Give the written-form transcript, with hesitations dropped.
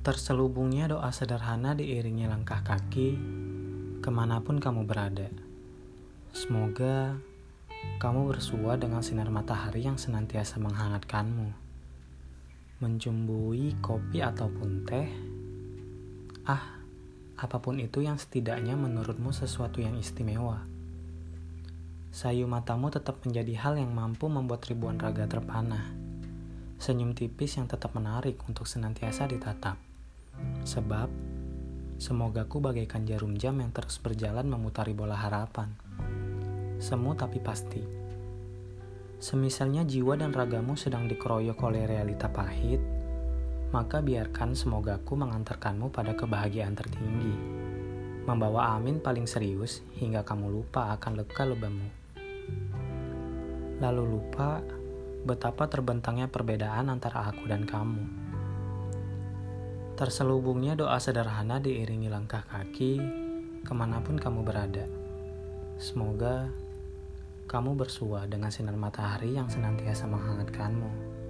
Terselubungnya doa sederhana diiringi langkah kaki kemanapun kamu berada. Semoga kamu bersua dengan sinar matahari yang senantiasa menghangatkanmu. Mencumbui kopi ataupun teh, apapun itu yang setidaknya menurutmu sesuatu yang istimewa. Sayu matamu tetap menjadi hal yang mampu membuat ribuan raga terpanah. Senyum tipis yang tetap menarik untuk senantiasa ditatap. Sebab, semogaku bagaikan jarum jam yang terus berjalan memutari bola harapan. Semu tapi pasti. Semisalnya jiwa dan ragamu sedang dikeroyok oleh realita pahit, maka biarkan semogaku mengantarkanmu pada kebahagiaan tertinggi. Membawa amin paling serius hingga kamu lupa akan luka-lubamu. Lalu lupa betapa terbentangnya perbedaan antara aku dan kamu. Terselubungnya doa sederhana diiringi langkah kaki kemanapun kamu berada. Semoga kamu bersua dengan sinar matahari yang senantiasa menghangatkanmu.